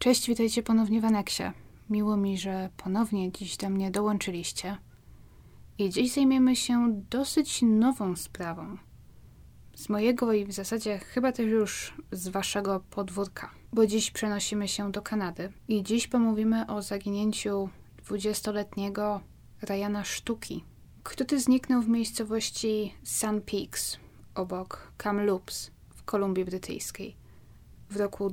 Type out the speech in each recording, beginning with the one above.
Cześć, witajcie ponownie w Aneksie. Miło mi, że ponownie dziś do mnie dołączyliście. I dziś zajmiemy się dosyć nową sprawą. Z mojego i w zasadzie chyba też już z waszego podwórka. Bo dziś przenosimy się do Kanady i dziś pomówimy o zaginięciu 20-letniego Ryana Sztuki, który zniknął w miejscowości Sun Peaks obok Kamloops w Kolumbii Brytyjskiej w roku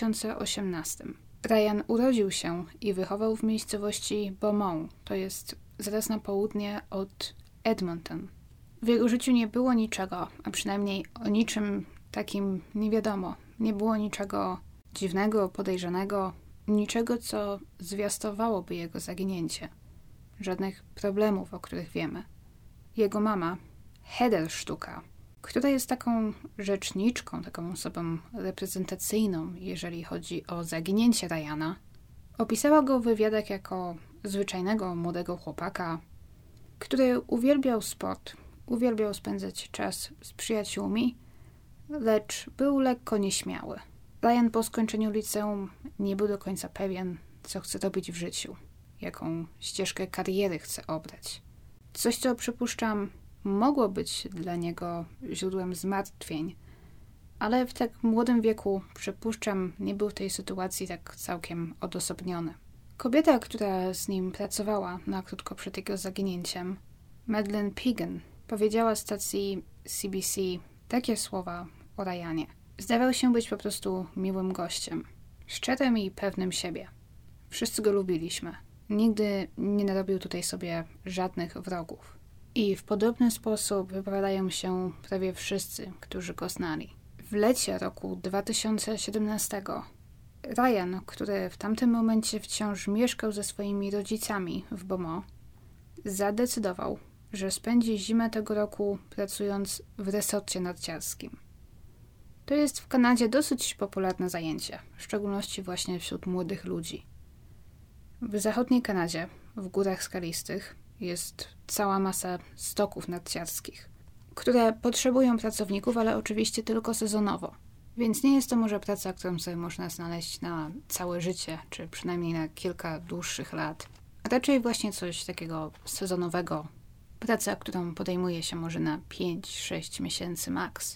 2018. Ryan urodził się i wychował w miejscowości Beaumont, to jest zaraz na południe od Edmonton. W jego życiu nie było niczego, a przynajmniej o niczym takim nie wiadomo. Nie było niczego dziwnego, podejrzanego, niczego, co zwiastowałoby jego zaginięcie. Żadnych problemów, o których wiemy. Jego mama, Heather Sztuka, która jest taką rzeczniczką, taką osobą reprezentacyjną, jeżeli chodzi o zaginięcie Ryana, opisała go w wywiadach jako zwyczajnego, młodego chłopaka, który uwielbiał sport, uwielbiał spędzać czas z przyjaciółmi, lecz był lekko nieśmiały. Ryan po skończeniu liceum nie był do końca pewien, co chce robić w życiu, jaką ścieżkę kariery chce obrać. Coś, co przypuszczam, mogło być dla niego źródłem zmartwień, ale w tak młodym wieku, przypuszczam, nie był w tej sytuacji tak całkiem odosobniony. Kobieta, która z nim pracowała na krótko przed jego zaginięciem, Madeleine Piggin, powiedziała stacji CBC takie słowa o Ryanie. Zdawał się być po prostu miłym gościem, szczerym i pewnym siebie. Wszyscy go lubiliśmy. Nigdy nie narobił tutaj sobie żadnych wrogów. I w podobny sposób wypowiadają się prawie wszyscy, którzy go znali. W lecie roku 2017 Ryan, który w tamtym momencie wciąż mieszkał ze swoimi rodzicami w Beaumont, zadecydował, że spędzi zimę tego roku pracując w resorcie narciarskim. To jest w Kanadzie dosyć popularne zajęcie, w szczególności właśnie wśród młodych ludzi. W zachodniej Kanadzie, w górach skalistych, jest cała masa stoków narciarskich, które potrzebują pracowników, ale oczywiście tylko sezonowo. Więc nie jest to może praca, którą sobie można znaleźć na całe życie, czy przynajmniej na kilka dłuższych lat. Raczej właśnie coś takiego sezonowego. Praca, którą podejmuje się może na 5-6 miesięcy maks.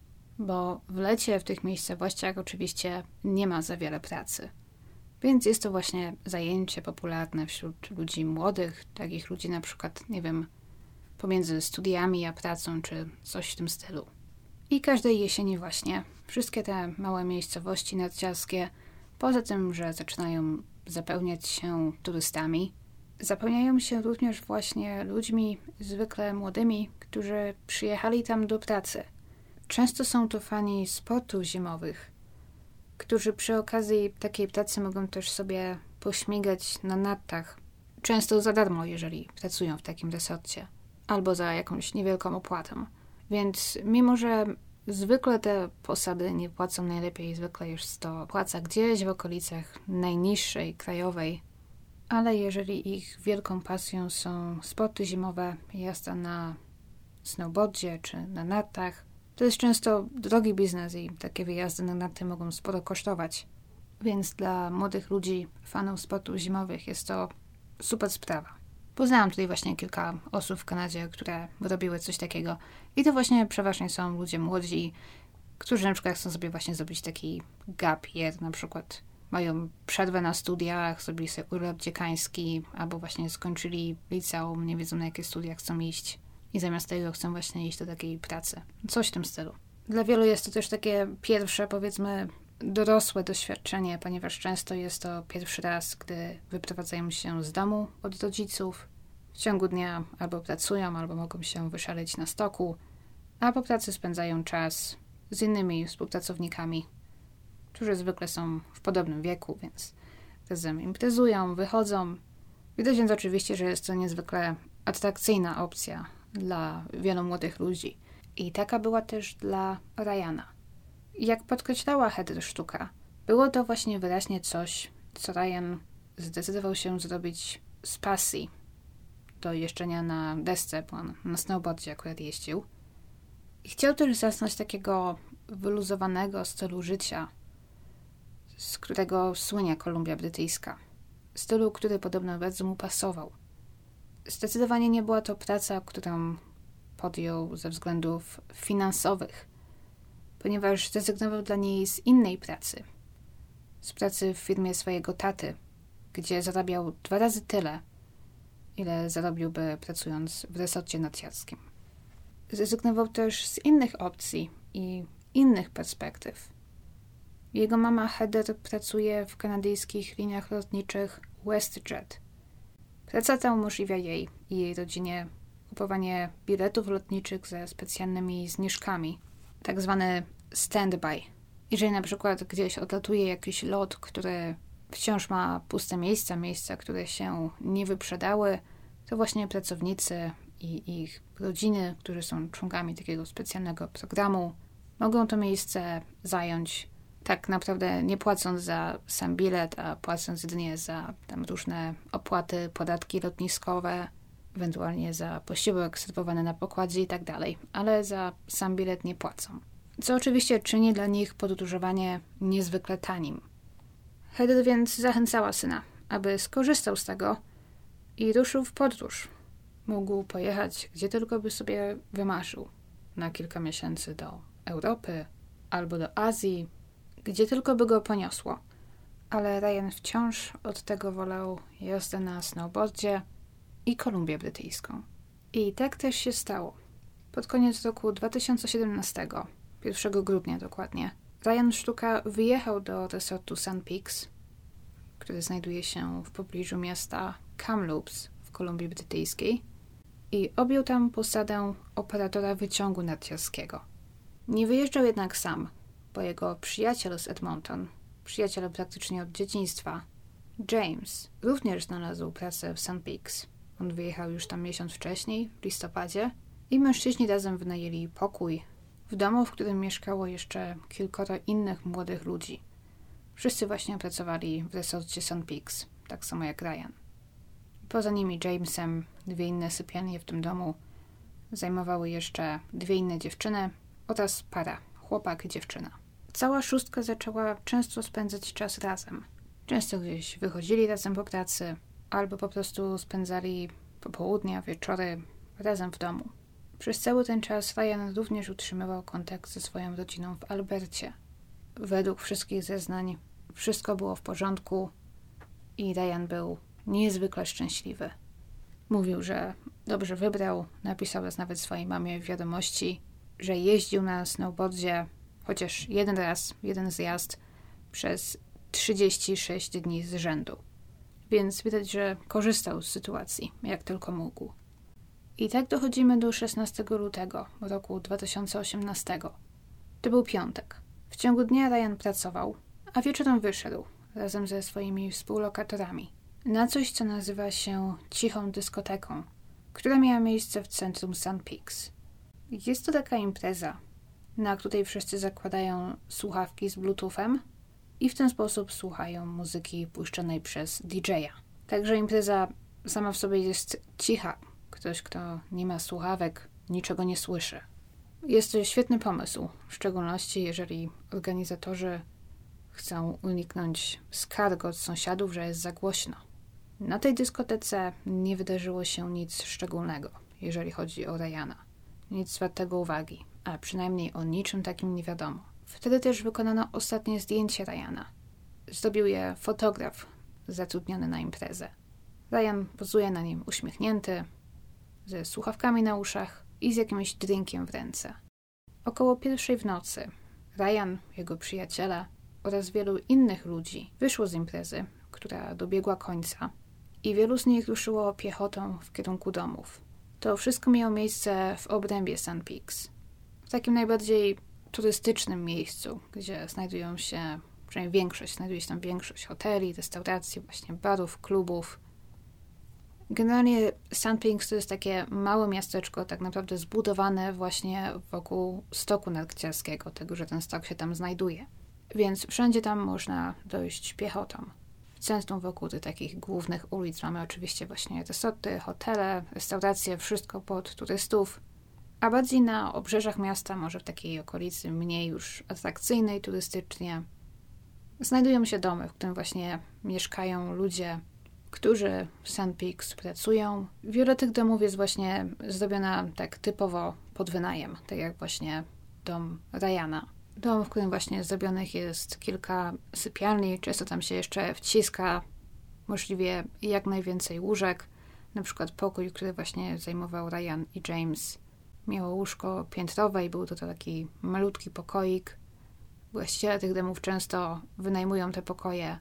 Bo w lecie w tych miejscowościach oczywiście nie ma za wiele pracy. Więc jest to właśnie zajęcie popularne wśród ludzi młodych, takich ludzi na przykład, nie wiem, pomiędzy studiami a pracą, czy coś w tym stylu. I każdej jesieni właśnie wszystkie te małe miejscowości narciarskie, poza tym, że zaczynają zapełniać się turystami, zapełniają się również właśnie ludźmi zwykle młodymi, którzy przyjechali tam do pracy. Często są to fani sportów zimowych, którzy przy okazji takiej pracy mogą też sobie pośmigać na nartach. Często za darmo, jeżeli pracują w takim resorcie. Albo za jakąś niewielką opłatę. Więc mimo, że zwykle te posady nie płacą najlepiej, zwykle jest to płaca gdzieś w okolicach najniższej, krajowej. Ale jeżeli ich wielką pasją są sporty zimowe, jazda na snowboardzie czy na nartach, to jest często drogi biznes i takie wyjazdy na narty mogą sporo kosztować. Więc dla młodych ludzi, fanów sportów zimowych jest to super sprawa. Poznałam tutaj właśnie kilka osób w Kanadzie, które robiły coś takiego. I to właśnie przeważnie są ludzie młodzi, którzy na przykład chcą sobie właśnie zrobić taki gap year, na przykład mają przerwę na studiach, zrobili sobie urlop dziekański, albo właśnie skończyli liceum, nie wiedzą na jakie studia chcą iść. I zamiast tego chcą właśnie iść do takiej pracy. Coś w tym stylu. Dla wielu jest to też takie pierwsze, powiedzmy, dorosłe doświadczenie, ponieważ często jest to pierwszy raz, gdy wyprowadzają się z domu od rodziców. W ciągu dnia albo pracują, albo mogą się wyszaleć na stoku, a po pracy spędzają czas z innymi współpracownikami, którzy zwykle są w podobnym wieku, więc razem imprezują, wychodzą. Widać więc oczywiście, że jest to niezwykle atrakcyjna opcja dla wielu młodych ludzi. I taka była też dla Ryana. Jak podkreślała Heather Sztuka, było to właśnie wyraźnie coś, co Ryan zdecydował się zrobić z pasji do jeżdżenia na desce, bo on na snowboardzie akurat jeździł. I chciał też zasnąć takiego wyluzowanego stylu życia, z którego słynie Kolumbia Brytyjska. Stylu, który podobno bardzo mu pasował. Zdecydowanie nie była to praca, którą podjął ze względów finansowych, ponieważ zrezygnował dla niej z innej pracy. Z pracy w firmie swojego taty, gdzie zarabiał 2 razy tyle, ile zarobiłby pracując w resorcie narciarskim. Zrezygnował też z innych opcji i innych perspektyw. Jego mama Heather pracuje w kanadyjskich liniach lotniczych WestJet. Praca ta umożliwia jej i jej rodzinie kupowanie biletów lotniczych ze specjalnymi zniżkami, tak zwany standby. Jeżeli na przykład gdzieś odlatuje jakiś lot, który wciąż ma puste miejsca, które się nie wyprzedały, to właśnie pracownicy i ich rodziny, którzy są członkami takiego specjalnego programu, mogą to miejsce zająć, tak naprawdę nie płacąc za sam bilet, a płacąc jedynie za tam różne opłaty, podatki lotniskowe, ewentualnie za posiłek serwowany na pokładzie i tak dalej, ale za sam bilet nie płacą. Co oczywiście czyni dla nich podróżowanie niezwykle tanim. Heather więc zachęcała syna, aby skorzystał z tego i ruszył w podróż. Mógł pojechać, gdzie tylko by sobie wymarzył. Na kilka miesięcy do Europy albo do Azji, gdzie tylko by go poniosło. Ale Ryan wciąż od tego wolał jazdę na snowboardzie i Kolumbię Brytyjską. I tak też się stało. Pod koniec roku 2017, 1 grudnia dokładnie, Ryan Sztuka wyjechał do resortu Sun Peaks, który znajduje się w pobliżu miasta Kamloops w Kolumbii Brytyjskiej, i objął tam posadę operatora wyciągu narciarskiego. Nie wyjeżdżał jednak sam, bo jego przyjaciel z Edmonton, przyjaciel praktycznie od dzieciństwa, James, również znalazł pracę w Sun Peaks. On wyjechał już tam miesiąc wcześniej, w listopadzie, i mężczyźni razem wynajęli pokój w domu, w którym mieszkało jeszcze kilkoro innych młodych ludzi. Wszyscy właśnie pracowali w resorcie Sun Peaks, tak samo jak Ryan. Poza nimi Jamesem 2 inne sypialnie w tym domu zajmowały jeszcze 2 inne dziewczyny oraz para, chłopak i dziewczyna. Cała szóstka zaczęła często spędzać czas razem. Często gdzieś wychodzili razem po pracy, albo po prostu spędzali popołudnia, wieczory razem w domu. Przez cały ten czas Ryan również utrzymywał kontakt ze swoją rodziną w Albercie. Według wszystkich zeznań wszystko było w porządku i Ryan był niezwykle szczęśliwy. Mówił, że dobrze wybrał, napisał raz nawet swojej mamie w wiadomości, że jeździł na snowboardzie chociaż jeden zjazd przez 36 dni z rzędu. Więc widać, że korzystał z sytuacji, jak tylko mógł. I tak dochodzimy do 16 lutego roku 2018. To był piątek. W ciągu dnia Ryan pracował, a wieczorem wyszedł razem ze swoimi współlokatorami na coś, co nazywa się cichą dyskoteką, która miała miejsce w centrum Sun Peaks. Jest to taka impreza, na której wszyscy zakładają słuchawki z bluetoothem i w ten sposób słuchają muzyki puszczonej przez DJ-a. Także impreza sama w sobie jest cicha. Ktoś, kto nie ma słuchawek, niczego nie słyszy. Jest to świetny pomysł, w szczególności jeżeli organizatorzy chcą uniknąć skarg od sąsiadów, że jest za głośno. Na tej dyskotece nie wydarzyło się nic szczególnego, jeżeli chodzi o Ryana. Nic wartego uwagi, a przynajmniej o niczym takim nie wiadomo. Wtedy też wykonano ostatnie zdjęcie Ryana. Zrobił je fotograf zatrudniony na imprezę. Ryan pozuje na nim uśmiechnięty, ze słuchawkami na uszach i z jakimś drinkiem w ręce. Około 1:00 w nocy Ryan, jego przyjaciele oraz wielu innych ludzi wyszło z imprezy, która dobiegła końca, i wielu z nich ruszyło piechotą w kierunku domów. To wszystko miało miejsce w obrębie Sun Peaks, w takim najbardziej turystycznym miejscu, gdzie znajduje się tam większość hoteli, restauracji, właśnie barów, klubów. Generalnie Sun Peaks to jest takie małe miasteczko, tak naprawdę zbudowane właśnie wokół stoku narciarskiego, tego, że ten stok się tam znajduje. Więc wszędzie tam można dojść piechotą. W centrum wokół tych takich głównych ulic mamy oczywiście właśnie resorty, hotele, restauracje, wszystko pod turystów. A bardziej na obrzeżach miasta, może w takiej okolicy mniej już atrakcyjnej turystycznie, znajdują się domy, w którym właśnie mieszkają ludzie, którzy w Sun Peaks pracują. Wiele tych domów jest właśnie zrobiona tak typowo pod wynajem, tak jak właśnie dom Ryana. Dom, w którym właśnie zrobionych jest kilka sypialni, często tam się jeszcze wciska możliwie jak najwięcej łóżek. Na przykład pokój, który właśnie zajmował Ryan i James, miało łóżko piętrowe i był to taki malutki pokoik. Właściciele tych domów często wynajmują te pokoje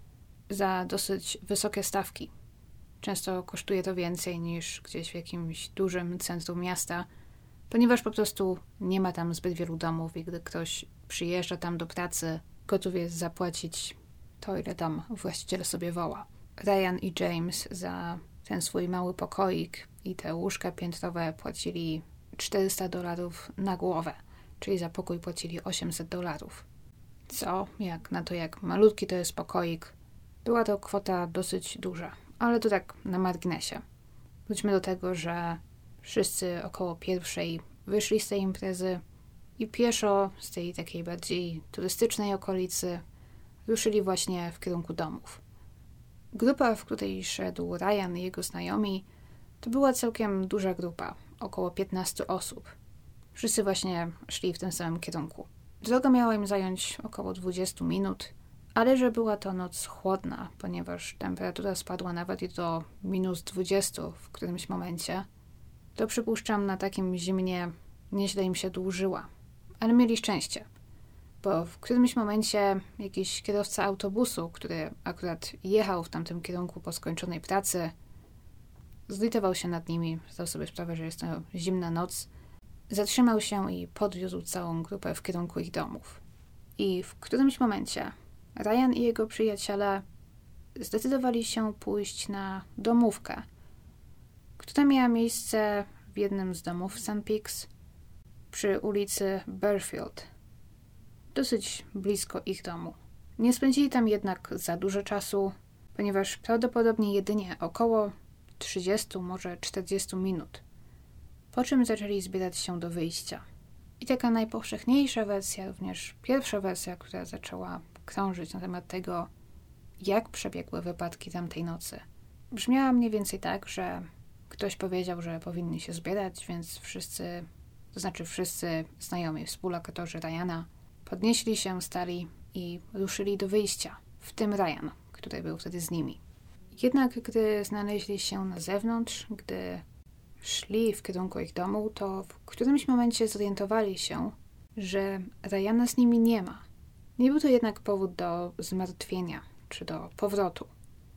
za dosyć wysokie stawki. Często kosztuje to więcej niż gdzieś w jakimś dużym centrum miasta, ponieważ po prostu nie ma tam zbyt wielu domów i gdy ktoś przyjeżdża tam do pracy, gotów jest zapłacić to, ile tam właściciel sobie woła. Ryan i James za ten swój mały pokoik i te łóżka piętrowe płacili $400 na głowę, czyli za pokój płacili $800. Co, jak na to jak malutki to jest pokoik, była to kwota dosyć duża, ale to tak na marginesie. Wróćmy do tego, że wszyscy około pierwszej wyszli z tej imprezy i pieszo z tej takiej bardziej turystycznej okolicy ruszyli właśnie w kierunku domów. Grupa, w której szedł Ryan i jego znajomi, to była całkiem duża grupa, około 15 osób. Wszyscy właśnie szli w tym samym kierunku. Droga miała im zająć około 20 minut, ale że była to noc chłodna, ponieważ temperatura spadła nawet do -20 w którymś momencie, to przypuszczam, na takim zimnie nieźle im się dłużyła. Ale mieli szczęście, bo w którymś momencie jakiś kierowca autobusu, który akurat jechał w tamtym kierunku po skończonej pracy, zlitował się nad nimi, zdał sobie sprawę, że jest to zimna noc, zatrzymał się i podwiózł całą grupę w kierunku ich domów. I w którymś momencie Ryan i jego przyjaciele zdecydowali się pójść na domówkę, która miała miejsce w jednym z domów w Sun Peaks przy ulicy Burfield, dosyć blisko ich domu. Nie spędzili tam jednak za dużo czasu, ponieważ prawdopodobnie jedynie około 30, może 40 minut, po czym zaczęli zbierać się do wyjścia. I taka najpowszechniejsza wersja, również pierwsza wersja, która zaczęła krążyć na temat tego, jak przebiegły wypadki tamtej nocy, brzmiała mniej więcej tak, że ktoś powiedział, że powinni się zbierać, więc wszyscy znajomi, współlokatorzy Ryana podnieśli się, stali i ruszyli do wyjścia, w tym Ryan, który był wtedy z nimi. Jednak gdy znaleźli się na zewnątrz, gdy szli w kierunku ich domu, to w którymś momencie zorientowali się, że Ryana z nimi nie ma. Nie był to jednak powód do zmartwienia czy do powrotu.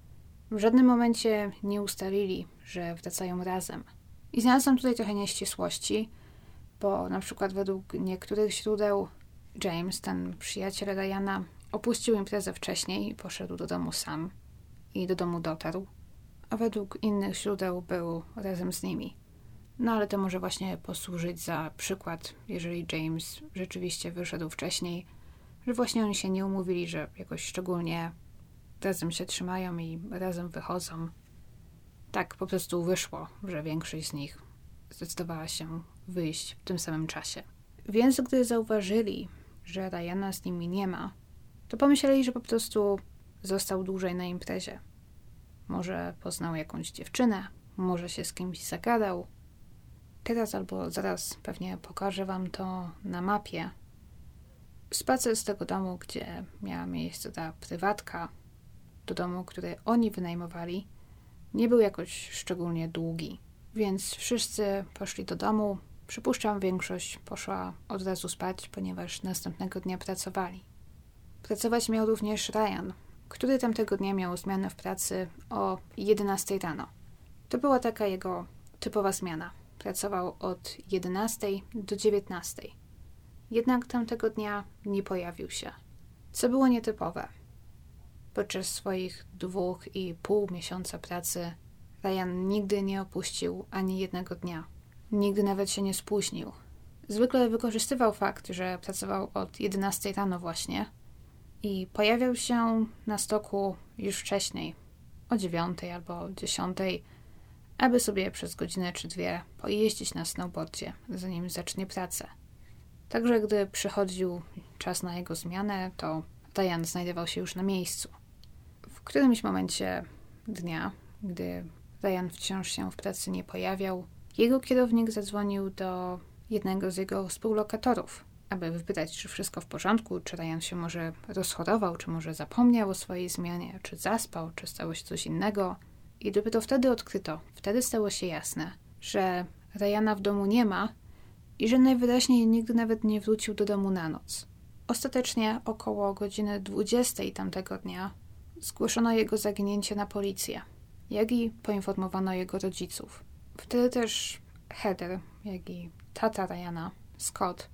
W żadnym momencie nie ustalili, że wracają razem. I znalazłam tutaj trochę nieścisłości, bo na przykład według niektórych źródeł James, ten przyjaciel Ryana, opuścił imprezę wcześniej i poszedł do domu sam i do domu dotarł, a według innych źródeł był razem z nimi. No ale to może właśnie posłużyć za przykład, jeżeli James rzeczywiście wyszedł wcześniej, że właśnie oni się nie umówili, że jakoś szczególnie razem się trzymają i razem wychodzą. Tak po prostu wyszło, że większość z nich zdecydowała się wyjść w tym samym czasie. Więc gdy zauważyli, że Ryana z nimi nie ma, to pomyśleli, że po prostu został dłużej na imprezie. Może poznał jakąś dziewczynę, może się z kimś zagadał. Teraz albo zaraz pewnie pokażę wam to na mapie. Spacer z tego domu, gdzie miała miejsce ta prywatka, do domu, który oni wynajmowali, nie był jakoś szczególnie długi. Więc wszyscy poszli do domu. Przypuszczam, większość poszła od razu spać, ponieważ następnego dnia pracowali. Pracować miał również Ryan, który tamtego dnia miał zmianę w pracy o 11 rano. To była taka jego typowa zmiana. Pracował od 11 do 19. Jednak tamtego dnia nie pojawił się, co było nietypowe. Podczas swoich 2,5 miesiąca pracy Ryan nigdy nie opuścił ani jednego dnia. Nigdy nawet się nie spóźnił. Zwykle wykorzystywał fakt, że pracował od 11 rano właśnie i pojawiał się na stoku już wcześniej, o 9 albo 10, aby sobie przez godzinę czy dwie pojeździć na snowboardzie, zanim zacznie pracę. Także gdy przychodził czas na jego zmianę, to Ryan znajdował się już na miejscu. W którymś momencie dnia, gdy Ryan wciąż się w pracy nie pojawiał, jego kierownik zadzwonił do jednego z jego współlokatorów, aby wypytać, czy wszystko w porządku, czy Ryan się może rozchorował, czy może zapomniał o swojej zmianie, czy zaspał, czy stało się coś innego. I dopiero wtedy stało się jasne, że Ryana w domu nie ma i że najwyraźniej nigdy nawet nie wrócił do domu na noc. Ostatecznie około godziny 20 tamtego dnia zgłoszono jego zaginięcie na policję, jak i poinformowano jego rodziców. Wtedy też Heather, jak i tata Ryana, Scott,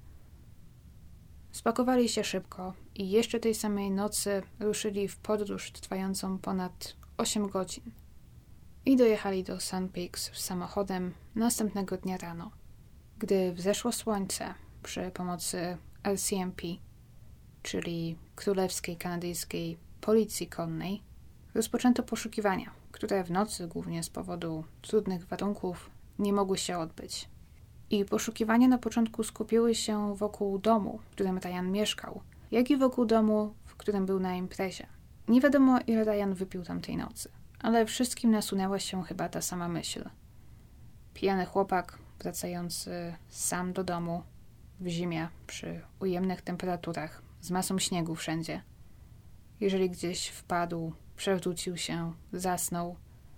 spakowali się szybko i jeszcze tej samej nocy ruszyli w podróż trwającą ponad 8 godzin i dojechali do Sun Peaks samochodem następnego dnia rano. Gdy wzeszło słońce przy pomocy RCMP, czyli Królewskiej Kanadyjskiej Policji Konnej, rozpoczęto poszukiwania, które w nocy, głównie z powodu trudnych warunków, nie mogły się odbyć. I poszukiwania na początku skupiły się wokół domu, w którym Ryan mieszkał, jak i wokół domu, w którym był na imprezie. Nie wiadomo, ile Ryan wypił tamtej nocy, ale wszystkim nasunęła się chyba ta sama myśl. Pijany chłopak wracający sam do domu w zimie przy ujemnych temperaturach, z masą śniegu wszędzie. Jeżeli gdzieś wpadł, przewrócił się, zasnął,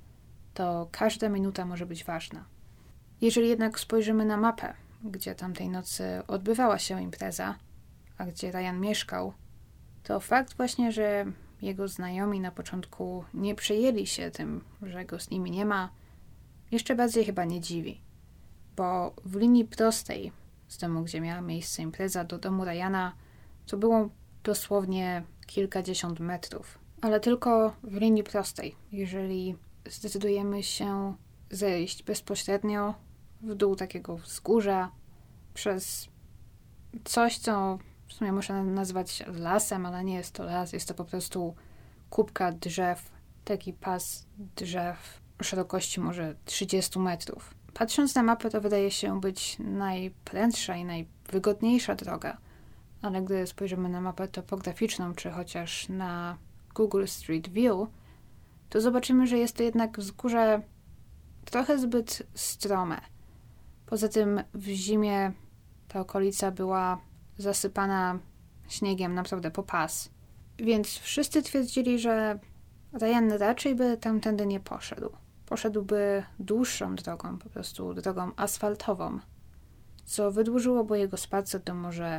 to każda minuta może być ważna. Jeżeli jednak spojrzymy na mapę, gdzie tamtej nocy odbywała się impreza, a gdzie Ryan mieszkał, to fakt właśnie, że jego znajomi na początku nie przejęli się tym, że go z nimi nie ma, jeszcze bardziej chyba nie dziwi. Bo w linii prostej z domu, gdzie miała miejsce impreza, do domu Ryana, to było dosłownie kilkadziesiąt metrów. Ale tylko w linii prostej. Jeżeli zdecydujemy się zejść bezpośrednio w dół takiego wzgórza przez coś, co w sumie można nazwać lasem, ale nie jest to las, jest to po prostu kubka drzew, taki pas drzew o szerokości może 30 metrów. Patrząc na mapę, to wydaje się być najprędsza i najwygodniejsza droga, ale gdy spojrzymy na mapę topograficzną, czy chociaż na Google Street View, to zobaczymy, że jest to jednak wzgórze trochę zbyt strome. Poza tym w zimie ta okolica była zasypana śniegiem naprawdę po pas. Więc wszyscy twierdzili, że Ryan raczej by tamtędy nie poszedł. Poszedłby dłuższą drogą, po prostu drogą asfaltową, co wydłużyłoby jego spacer do może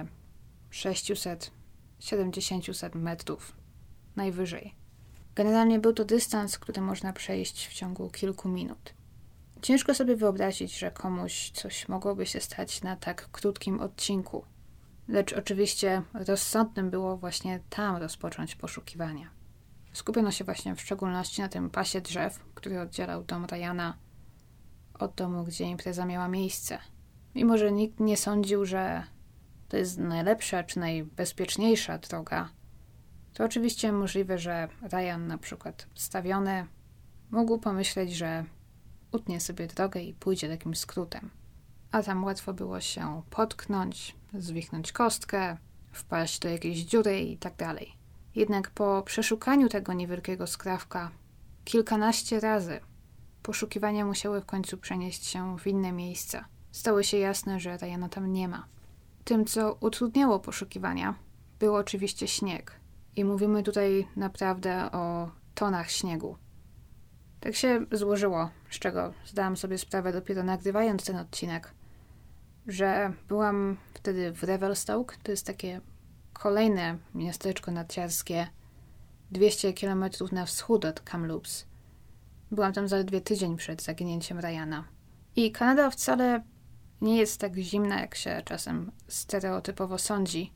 600-700 metrów najwyżej. Generalnie był to dystans, który można przejść w ciągu kilku minut. Ciężko sobie wyobrazić, że komuś coś mogłoby się stać na tak krótkim odcinku. Lecz oczywiście rozsądnym było właśnie tam rozpocząć poszukiwania. Skupiono się właśnie w szczególności na tym pasie drzew, który oddzielał dom Ryana od domu, gdzie impreza miała miejsce. Mimo że nikt nie sądził, że to jest najlepsza czy najbezpieczniejsza droga, to oczywiście możliwe, że Ryan, na przykład stawiony, mógł pomyśleć, że utnie sobie drogę i pójdzie takim skrótem. A tam łatwo było się potknąć, zwichnąć kostkę, wpaść do jakiejś dziury i tak dalej. Jednak po przeszukaniu tego niewielkiego skrawka kilkanaście razy poszukiwania musiały w końcu przenieść się w inne miejsca. Stało się jasne, że Ryana tam nie ma. Tym, co utrudniało poszukiwania, był oczywiście śnieg. I mówimy tutaj naprawdę o tonach śniegu. Tak się złożyło, z czego zdałam sobie sprawę dopiero nagrywając ten odcinek, że byłam wtedy w Revelstoke, to jest takie kolejne miasteczko narciarskie, 200 km na wschód od Kamloops. Byłam tam zaledwie tydzień przed zaginięciem Ryana. I Kanada wcale nie jest tak zimna, jak się czasem stereotypowo sądzi,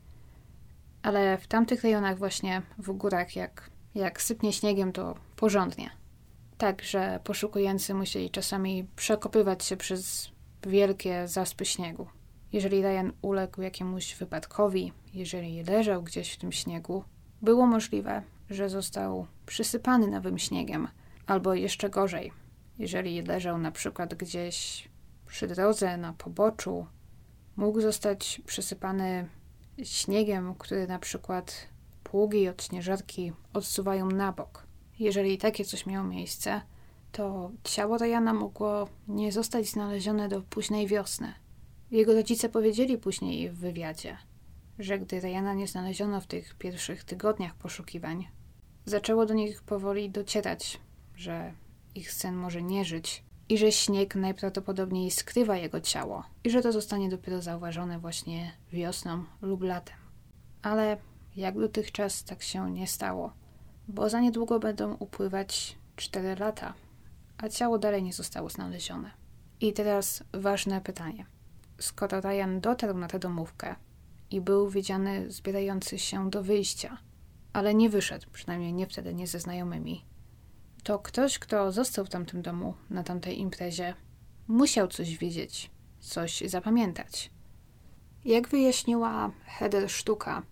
ale w tamtych rejonach właśnie w górach jak sypnie śniegiem, to porządnie. Tak, że poszukujący musieli czasami przekopywać się przez wielkie zaspy śniegu. Jeżeli Ryan uległ jakiemuś wypadkowi, jeżeli leżał gdzieś w tym śniegu, było możliwe, że został przysypany nowym śniegiem, albo jeszcze gorzej, jeżeli leżał na przykład gdzieś przy drodze, na poboczu, mógł zostać przysypany śniegiem, który na przykład pługi od śnieżarki odsuwają na bok. Jeżeli takie coś miało miejsce, to ciało Ryana mogło nie zostać znalezione do późnej wiosny. Jego rodzice powiedzieli później w wywiadzie, że gdy Ryana nie znaleziono w tych pierwszych tygodniach poszukiwań, zaczęło do nich powoli docierać, że ich syn może nie żyć i że śnieg najprawdopodobniej skrywa jego ciało i że to zostanie dopiero zauważone właśnie wiosną lub latem. Ale jak dotychczas tak się nie stało, bo za niedługo będą upływać 4 lata, a ciało dalej nie zostało znalezione. I teraz ważne pytanie. Skoro Ryan dotarł na tę domówkę i był widziany zbierający się do wyjścia, ale nie wyszedł, przynajmniej nie wtedy, nie ze znajomymi, to ktoś, kto został w tamtym domu, na tamtej imprezie, musiał coś wiedzieć, coś zapamiętać. Jak wyjaśniła Heather Sztuka,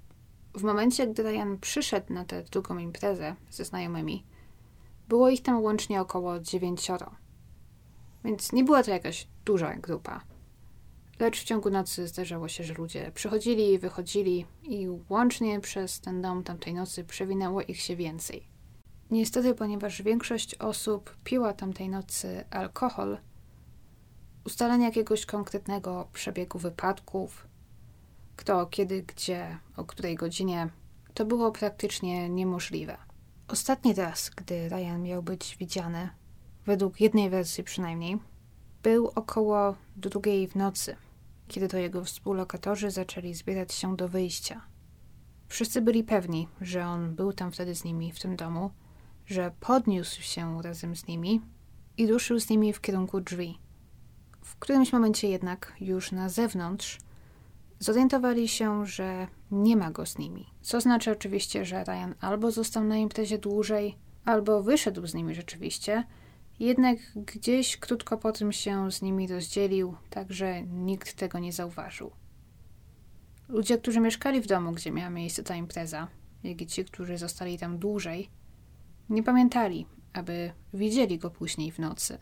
w momencie, gdy Ryan przyszedł na tę drugą imprezę ze znajomymi, było ich tam łącznie około 9. Więc nie była to jakaś duża grupa. Lecz w ciągu nocy zdarzało się, że ludzie przychodzili i wychodzili i łącznie przez ten dom tamtej nocy przewinęło ich się więcej. Niestety, ponieważ większość osób piła tamtej nocy alkohol, ustalenie jakiegoś konkretnego przebiegu wypadków, kto, kiedy, gdzie, o której godzinie, to było praktycznie niemożliwe. Ostatni raz, gdy Ryan miał być widziany, według jednej wersji przynajmniej, był około 2 w nocy, kiedy to jego współlokatorzy zaczęli zbierać się do wyjścia. Wszyscy byli pewni, że on był tam wtedy z nimi w tym domu, że podniósł się razem z nimi i ruszył z nimi w kierunku drzwi. W którymś momencie jednak, już na zewnątrz, zorientowali się, że nie ma go z nimi. Co znaczy oczywiście, że Ryan albo został na imprezie dłużej, albo wyszedł z nimi rzeczywiście, jednak gdzieś krótko po tym się z nimi rozdzielił, tak że nikt tego nie zauważył. Ludzie, którzy mieszkali w domu, gdzie miała miejsce ta impreza, jak i ci, którzy zostali tam dłużej, nie pamiętali, aby widzieli go później w nocy.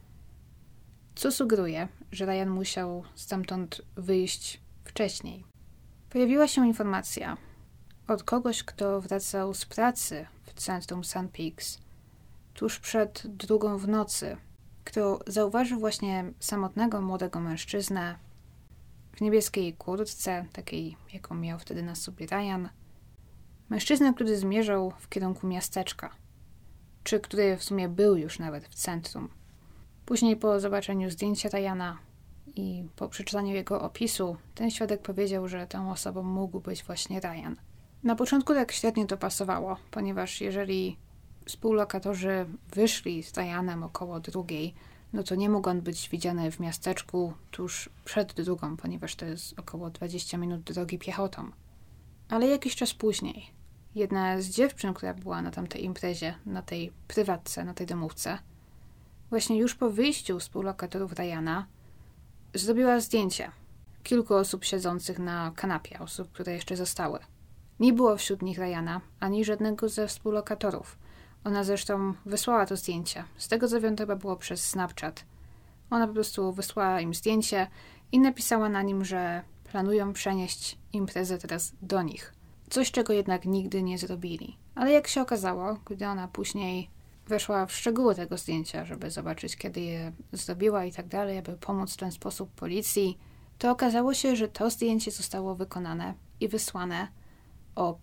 Co sugeruje, że Ryan musiał stamtąd wyjść wcześniej. Pojawiła się informacja od kogoś, kto wracał z pracy w centrum Sun Peaks tuż przed 2 w nocy, kto zauważył właśnie samotnego młodego mężczyznę w niebieskiej kurtce, takiej jaką miał wtedy na sobie Ryan. Mężczyznę, który zmierzał w kierunku miasteczka, czy który w sumie był już nawet w centrum. Później po zobaczeniu zdjęcia Ryana i po przeczytaniu jego opisu, ten świadek powiedział, że tą osobą mógł być właśnie Ryan. Na początku tak średnio to pasowało, ponieważ jeżeli współlokatorzy wyszli z Ryanem około 2, no to nie mógł on być widziany w miasteczku tuż przed 2, ponieważ to jest około 20 minut drogi piechotą. Ale jakiś czas później jedna z dziewczyn, która była na tamtej imprezie, na tej prywatce, na tej domówce, właśnie już po wyjściu współlokatorów Ryana zrobiła zdjęcie kilku osób siedzących na kanapie, osób, które jeszcze zostały. Nie było wśród nich Ryana, ani żadnego ze współlokatorów. Ona zresztą wysłała to zdjęcie. Z tego co wiem, to chyba było przez Snapchat. Ona po prostu wysłała im zdjęcie i napisała na nim, że planują przenieść imprezę teraz do nich. Coś, czego jednak nigdy nie zrobili. Ale jak się okazało, gdy ona później weszła w szczegóły tego zdjęcia, żeby zobaczyć, kiedy je zrobiła i tak dalej, aby pomóc w ten sposób policji, to okazało się, że to zdjęcie zostało wykonane i wysłane o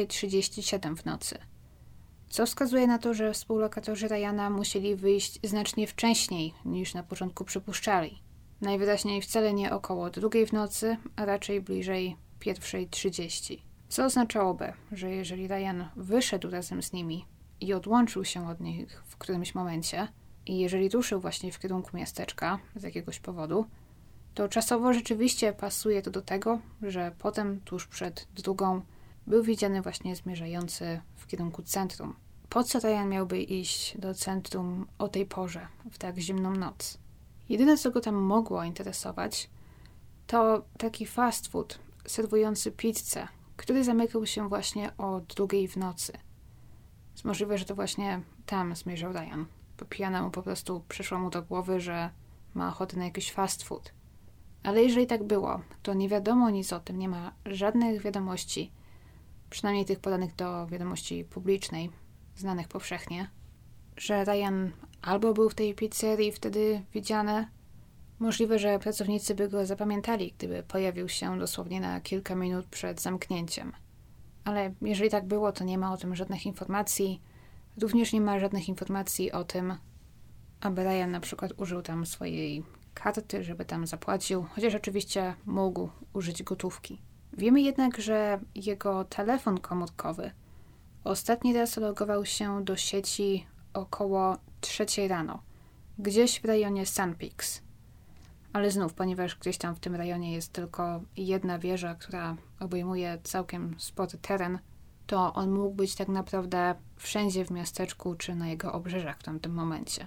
1:37 w nocy. Co wskazuje na to, że współlokatorzy Ryana musieli wyjść znacznie wcześniej niż na początku przypuszczali. Najwyraźniej wcale nie około 2 w nocy, a raczej bliżej 1:30. Co oznaczałoby, że jeżeli Ryan wyszedł razem z nimi i odłączył się od nich w którymś momencie i jeżeli ruszył właśnie w kierunku miasteczka z jakiegoś powodu, to czasowo rzeczywiście pasuje to do tego, że potem tuż przed 2 był widziany właśnie zmierzający w kierunku centrum. Po co Ryan miałby iść do centrum o tej porze, w tak zimną noc? Jedyne, co go tam mogło interesować, to taki fast food serwujący pizzę, który zamykał się właśnie o 2 w nocy. Jest możliwe, że to właśnie tam zmierzał Ryan. Po pijanemu po prostu przyszło mu do głowy, że ma ochotę na jakiś fast food. Ale jeżeli tak było, to nie wiadomo nic o tym, nie ma żadnych wiadomości przynajmniej tych podanych do wiadomości publicznej, znanych powszechnie, że Ryan albo był w tej pizzerii wtedy widziany, możliwe, że pracownicy by go zapamiętali, gdyby pojawił się dosłownie na kilka minut przed zamknięciem. Ale jeżeli tak było, to nie ma o tym żadnych informacji. Również nie ma żadnych informacji o tym, aby Ryan na przykład użył tam swojej karty, żeby tam zapłacił, chociaż oczywiście mógł użyć gotówki. Wiemy jednak, że jego telefon komórkowy ostatni raz logował się do sieci około 3 rano, gdzieś w rejonie Sun Peaks. Ale znów, ponieważ gdzieś tam w tym rejonie jest tylko jedna wieża, która obejmuje całkiem spory teren, to on mógł być tak naprawdę wszędzie w miasteczku czy na jego obrzeżach w tamtym momencie.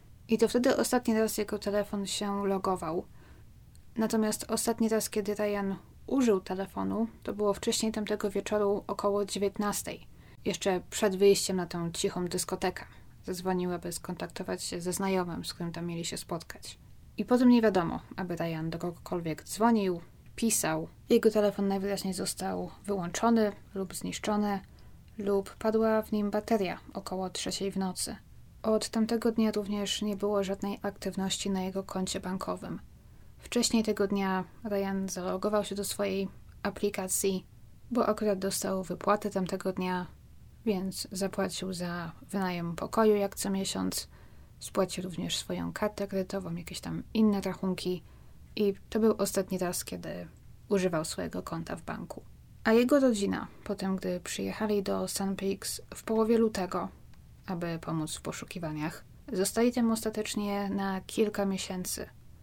I to wtedy ostatni raz jego telefon się logował. Natomiast ostatni raz, kiedy Ryan użył telefonu, to było wcześniej tamtego wieczoru około 19. Jeszcze przed wyjściem na tę cichą dyskotekę. Zadzwonił, aby skontaktować się ze znajomym, z którym tam mieli się spotkać. I potem nie wiadomo, aby Ryan do kogokolwiek dzwonił, pisał. Jego telefon najwyraźniej został wyłączony lub zniszczony, lub padła w nim bateria około 3 w nocy. Od tamtego dnia również nie było żadnej aktywności na jego koncie bankowym. Wcześniej tego dnia Ryan zalogował się do swojej aplikacji, bo akurat dostał wypłatę tamtego dnia, więc zapłacił za wynajem pokoju jak co miesiąc, spłacił również swoją kartę kredytową, jakieś tam inne rachunki i to był ostatni raz, kiedy używał swojego konta w banku. A jego rodzina, potem gdy przyjechali do Sun Peaks w połowie lutego, aby pomóc w poszukiwaniach, zostali tam ostatecznie na kilka miesięcy.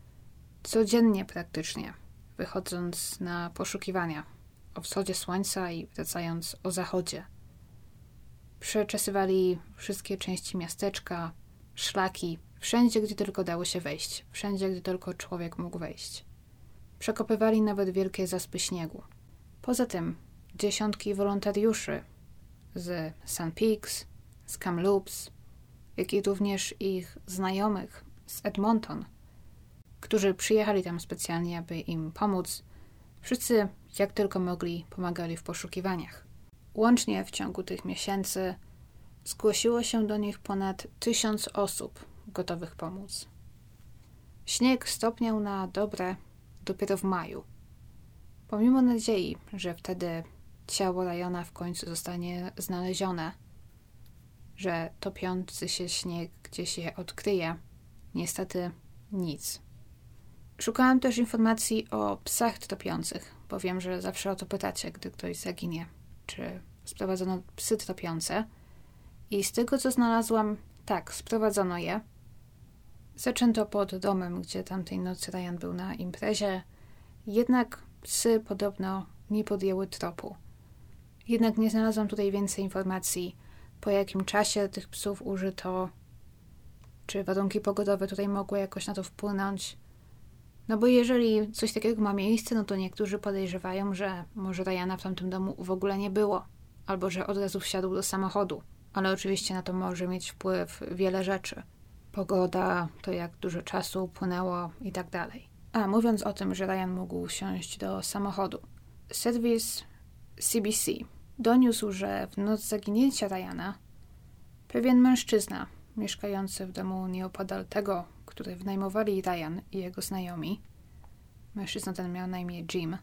Codziennie praktycznie, wychodząc na poszukiwania o wschodzie słońca i wracając o zachodzie. Przeczesywali wszystkie części miasteczka, szlaki, wszędzie, gdzie tylko dało się wejść, wszędzie, gdzie tylko człowiek mógł wejść. Przekopywali nawet wielkie zaspy śniegu. Poza tym dziesiątki wolontariuszy z Sun Peaks, z Kamloops, jak i również ich znajomych z Edmonton, którzy przyjechali tam specjalnie, aby im pomóc. Wszyscy, jak tylko mogli, pomagali w poszukiwaniach. Łącznie w ciągu tych miesięcy zgłosiło się do nich ponad 1000 osób gotowych pomóc. Śnieg stopniał na dobre dopiero w maju. Pomimo nadziei, że wtedy ciało Ryana w końcu zostanie znalezione, że topiący się śnieg gdzieś je odkryje, niestety nic. Szukałam też informacji o psach tropiących, bo wiem, że zawsze o to pytacie, gdy ktoś zaginie, czy sprowadzono psy tropiące. I z tego, co znalazłam, tak, sprowadzono je. Zaczęto pod domem, gdzie tamtej nocy Ryan był na imprezie, jednak psy podobno nie podjęły tropu. Jednak nie znalazłam tutaj więcej informacji, po jakim czasie tych psów użyto, czy warunki pogodowe tutaj mogły jakoś na to wpłynąć. No bo jeżeli coś takiego ma miejsce, no to niektórzy podejrzewają, że może Ryana w tamtym domu w ogóle nie było, albo że od razu wsiadł do samochodu. Ale oczywiście na to może mieć wpływ wiele rzeczy. Pogoda, to jak dużo czasu upłynęło i tak dalej. A mówiąc o tym, że Ryan mógł wsiąść do samochodu. Serwis CBC doniósł, że w noc zaginięcia Ryana pewien mężczyzna mieszkający w domu nieopodal tego, który wynajmowali Ryan i jego znajomi. Mężczyzna ten miał na imię Jim.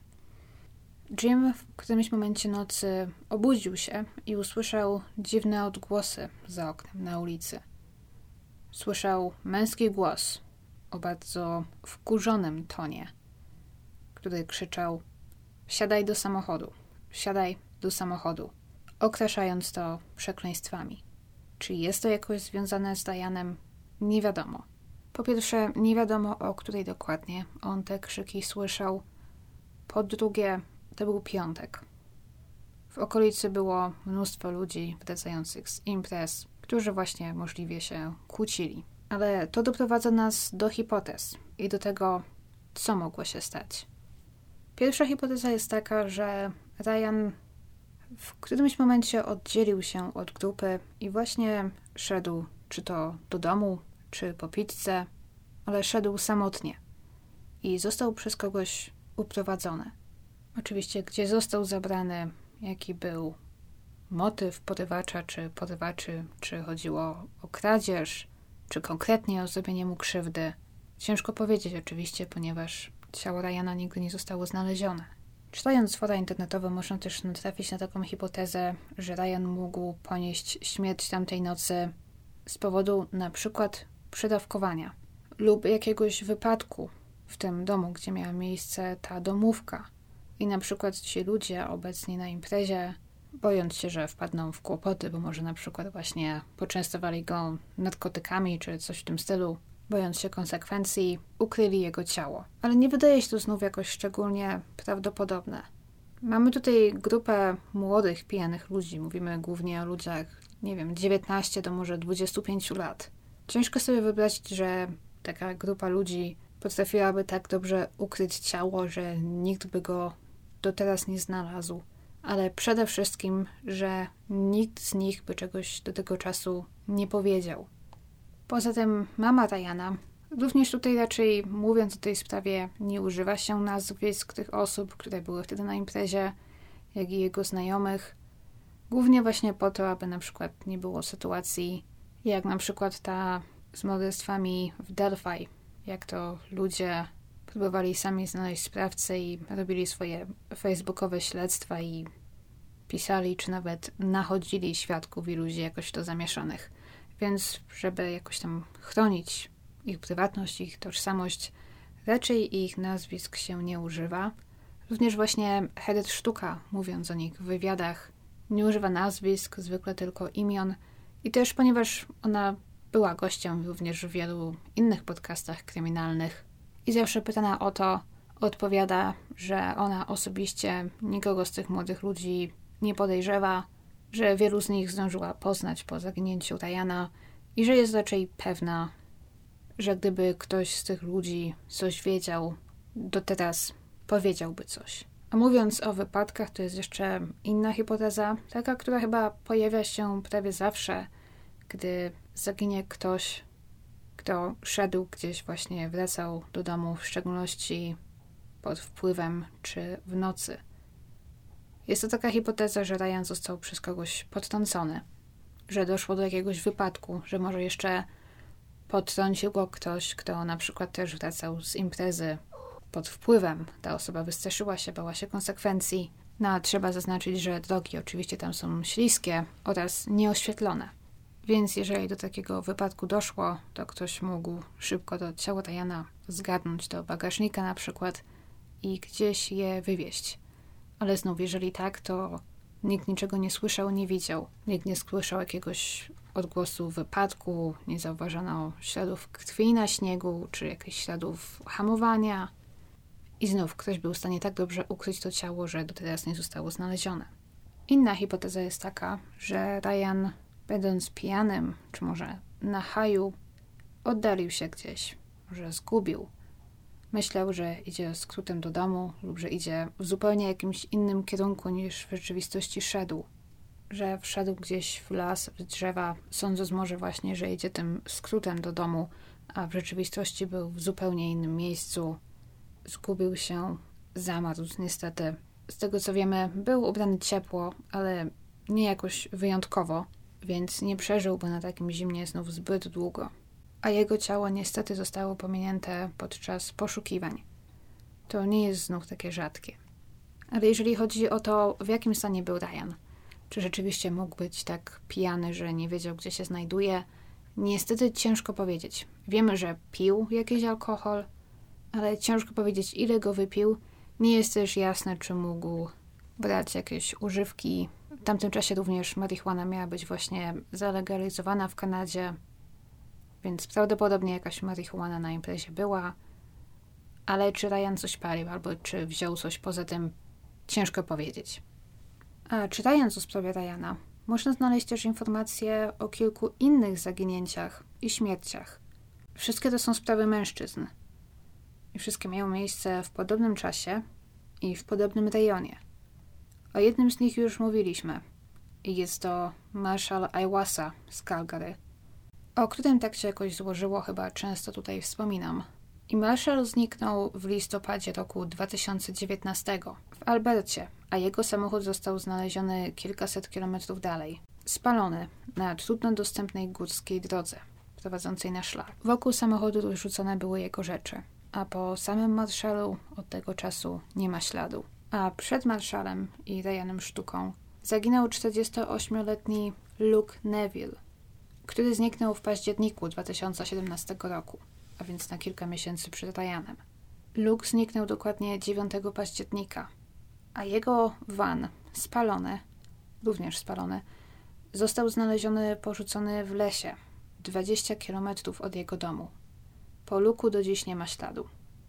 Jim w którymś momencie nocy obudził się i usłyszał dziwne odgłosy za oknem na ulicy. Słyszał męski głos o bardzo wkurzonym tonie, który krzyczał: wsiadaj do samochodu, wsiadaj do samochodu, okraszając to przekleństwami. Czy jest to jakoś związane z Ryanem? Nie wiadomo. Po pierwsze, nie wiadomo, o której dokładnie on te krzyki słyszał. Po drugie, to był piątek. W okolicy było mnóstwo ludzi wracających z imprez, którzy właśnie możliwie się kłócili. Ale to doprowadza nas do hipotez i do tego, co mogło się stać. Pierwsza hipoteza jest taka, że Ryan w którymś momencie oddzielił się od grupy i właśnie szedł czy to do domu, czy po pizzę, ale szedł samotnie i został przez kogoś uprowadzony. Oczywiście, gdzie został zabrany, jaki był motyw porywacza czy porywaczy, czy chodziło o kradzież, czy konkretnie o zrobienie mu krzywdy. Ciężko powiedzieć oczywiście, ponieważ ciało Ryana nigdy nie zostało znalezione. Czytając fora internetowe można też natrafić na taką hipotezę, że Ryan mógł ponieść śmierć tamtej nocy z powodu na przykład przedawkowania lub jakiegoś wypadku w tym domu, gdzie miała miejsce ta domówka. I na przykład ci ludzie obecni na imprezie, bojąc się, że wpadną w kłopoty, bo może na przykład właśnie poczęstowali go narkotykami czy coś w tym stylu, bojąc się konsekwencji, ukryli jego ciało. Ale nie wydaje się to znów jakoś szczególnie prawdopodobne. Mamy tutaj grupę młodych, pijanych ludzi. Mówimy głównie o ludziach, 19 do może 25 lat. Ciężko sobie wyobrazić, że taka grupa ludzi potrafiłaby tak dobrze ukryć ciało, że nikt by go do teraz nie znalazł. Ale przede wszystkim, że nikt z nich by czegoś do tego czasu nie powiedział. Poza tym mama Ryana, również tutaj raczej mówiąc o tej sprawie, nie używa się nazwisk tych osób, które były wtedy na imprezie, jak i jego znajomych. Głównie właśnie po to, aby na przykład nie było sytuacji, jak na przykład ta z morderstwami w Delphi, jak to ludzie próbowali sami znaleźć sprawcę i robili swoje facebookowe śledztwa i pisali, czy nawet nachodzili świadków i ludzi jakoś w to zamieszanych. Więc żeby jakoś tam chronić ich prywatność, ich tożsamość, raczej ich nazwisk się nie używa. Również właśnie Heather Sztuka, mówiąc o nich w wywiadach, nie używa nazwisk, zwykle tylko imion. I też ponieważ ona była gościem również w wielu innych podcastach kryminalnych i zawsze pytana o to, odpowiada, że ona osobiście nikogo z tych młodych ludzi nie podejrzewa, że wielu z nich zdążyła poznać po zaginięciu Ryana i że jest raczej pewna, że gdyby ktoś z tych ludzi coś wiedział, do teraz powiedziałby coś. A mówiąc o wypadkach, to jest jeszcze inna hipoteza, taka, która chyba pojawia się prawie zawsze, gdy zaginie ktoś, kto szedł gdzieś właśnie, wracał do domu, w szczególności pod wpływem czy w nocy. Jest to taka hipoteza, że Ryan został przez kogoś potrącony, że doszło do jakiegoś wypadku, że może jeszcze potrącił go ktoś, kto na przykład też wracał z imprezy pod wpływem. Ta osoba wystraszyła się, bała się konsekwencji. No a trzeba zaznaczyć, że drogi oczywiście tam są śliskie oraz nieoświetlone. Więc jeżeli do takiego wypadku doszło, to ktoś mógł szybko to ciało Ryana zgarnąć do bagażnika na przykład i gdzieś je wywieźć. Ale znów, jeżeli tak, to nikt niczego nie słyszał, nie widział. Nikt nie słyszał jakiegoś odgłosu wypadku, nie zauważono śladów krwi na śniegu, czy jakichś śladów hamowania. I znów ktoś był w stanie tak dobrze ukryć to ciało, że do teraz nie zostało znalezione. Inna hipoteza jest taka, że Ryan, będąc pijanym, czy może na haju, oddalił się gdzieś, że zgubił. Myślał, że idzie skrótem do domu lub że idzie w zupełnie jakimś innym kierunku niż w rzeczywistości szedł. Że wszedł gdzieś w las, w drzewa, sądząc może właśnie, że idzie tym skrótem do domu, a w rzeczywistości był w zupełnie innym miejscu. Zgubił się, zamarł niestety. Z tego co wiemy, był ubrany ciepło, ale nie jakoś wyjątkowo, więc nie przeżyłby na takim zimnie znów zbyt długo. A jego ciało niestety zostało pominięte podczas poszukiwań. To nie jest znów takie rzadkie. Ale jeżeli chodzi o to, w jakim stanie był Ryan, czy rzeczywiście mógł być tak pijany, że nie wiedział, gdzie się znajduje, niestety ciężko powiedzieć. Wiemy, że pił jakiś alkohol, ale ciężko powiedzieć, ile go wypił. Nie jest też jasne, czy mógł brać jakieś używki. W tamtym czasie również marihuana miała być właśnie zalegalizowana w Kanadzie, więc prawdopodobnie jakaś marihuana na imprezie była, ale czy Ryan coś palił, albo czy wziął coś poza tym, ciężko powiedzieć. A czytając o sprawie Ryana, można znaleźć też informacje o kilku innych zaginięciach i śmierciach. Wszystkie to są sprawy mężczyzn. I wszystkie miały miejsce w podobnym czasie i w podobnym rejonie. O jednym z nich już mówiliśmy. I jest to Marshall Iwasa z Calgary, o którym tak się jakoś złożyło, chyba często tutaj wspominam. I Marshall zniknął w listopadzie roku 2019 w Albercie, a jego samochód został znaleziony kilkaset kilometrów dalej. Spalony na trudno dostępnej górskiej drodze prowadzącej na szlak. Wokół samochodu rozrzucone były jego rzeczy, a po samym Marshallu od tego czasu nie ma śladu. A przed Marshallem i Ryanem Sztuką zaginął 48-letni Luke Neville, który zniknął w październiku 2017 roku, a więc na kilka miesięcy przed Ryanem. Luke zniknął dokładnie 9 października, a jego van, również spalony, został znaleziony porzucony w lesie, 20 km od jego domu. Po Luke'u do dziś nie ma śladu.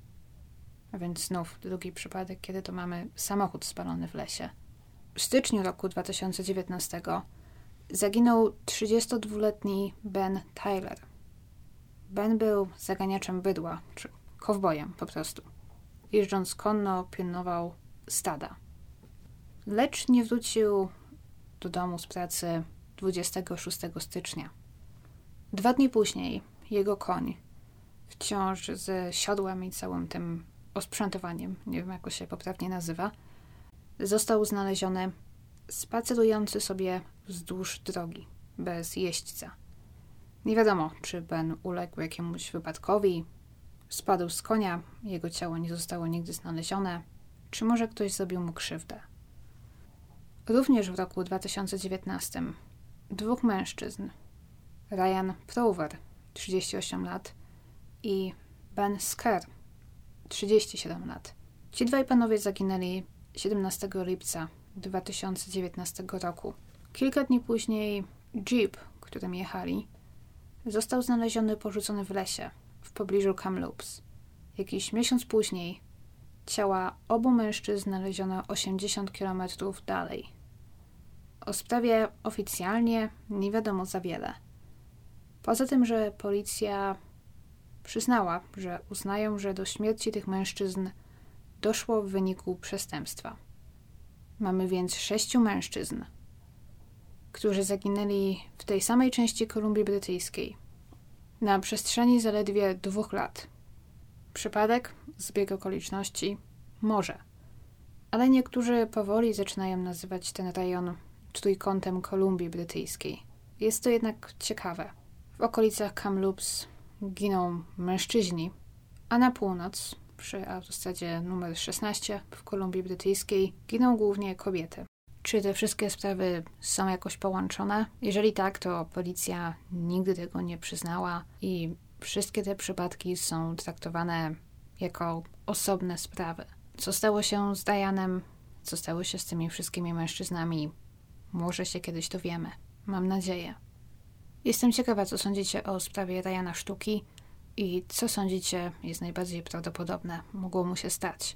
A więc znów drugi przypadek, kiedy to mamy samochód spalony w lesie. W styczniu roku 2019 zaginął 32-letni Ben Tyler. Ben był zaganiaczem bydła, czy kowbojem po prostu. Jeżdżąc konno, pilnował stada. Lecz nie wrócił do domu z pracy 26 stycznia. 2 dni później jego koń, wciąż z siodłem i całym tym osprzętowaniem, nie wiem jak to się poprawnie nazywa, został znaleziony spacerujący sobie wzdłuż drogi, bez jeźdźca. Nie wiadomo, czy Ben uległ jakiemuś wypadkowi, spadł z konia, jego ciało nie zostało nigdy znalezione, czy może ktoś zrobił mu krzywdę. Również w roku 2019 2 mężczyzn, Ryan Prover, 38 lat i Ben Sker, 37 lat. Ci 2 panowie zaginęli 17 lipca 2019 roku. Kilka dni później Jeep, którym jechali, został znaleziony porzucony w lesie w pobliżu Kamloops. Jakiś miesiąc później ciała obu mężczyzn znaleziono 80 km dalej. O sprawie oficjalnie nie wiadomo za wiele. Poza tym, że policja przyznała, że uznają, że do śmierci tych mężczyzn doszło w wyniku przestępstwa. Mamy więc 6 mężczyzn, którzy zaginęli w tej samej części Kolumbii Brytyjskiej na przestrzeni zaledwie 2 lat. Przypadek, zbieg okoliczności, może. Ale niektórzy powoli zaczynają nazywać ten rejon trójkątem Kolumbii Brytyjskiej. Jest to jednak ciekawe. W okolicach Kamloops giną mężczyźni, a na północ, przy autostradzie numer 16 w Kolumbii Brytyjskiej, giną głównie kobiety. Czy te wszystkie sprawy są jakoś połączone? Jeżeli tak, to policja nigdy tego nie przyznała i wszystkie te przypadki są traktowane jako osobne sprawy. Co stało się z Ryanem? Co stało się z tymi wszystkimi mężczyznami? Może się kiedyś dowiemy. Mam nadzieję. Jestem ciekawa, co sądzicie o sprawie Ryana Sztuki i co sądzicie jest najbardziej prawdopodobne mogło mu się stać.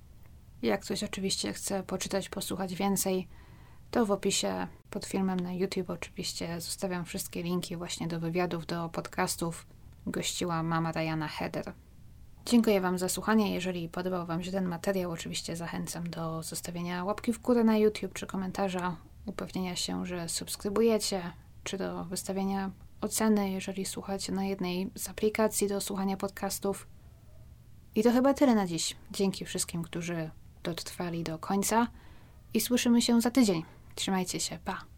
Jak ktoś oczywiście chce poczytać, posłuchać więcej, to w opisie pod filmem na YouTube oczywiście zostawiam wszystkie linki właśnie do wywiadów, do podcastów. Gościła mama Ryana Heather. Dziękuję Wam za słuchanie. Jeżeli podobał Wam się ten materiał, oczywiście zachęcam do zostawienia łapki w górę na YouTube czy komentarza, upewnienia się, że subskrybujecie, czy do wystawienia oceny, jeżeli słuchacie na jednej z aplikacji do słuchania podcastów. I to chyba tyle na dziś. Dzięki wszystkim, którzy dotrwali do końca i słyszymy się za tydzień. Trzymajcie się, pa!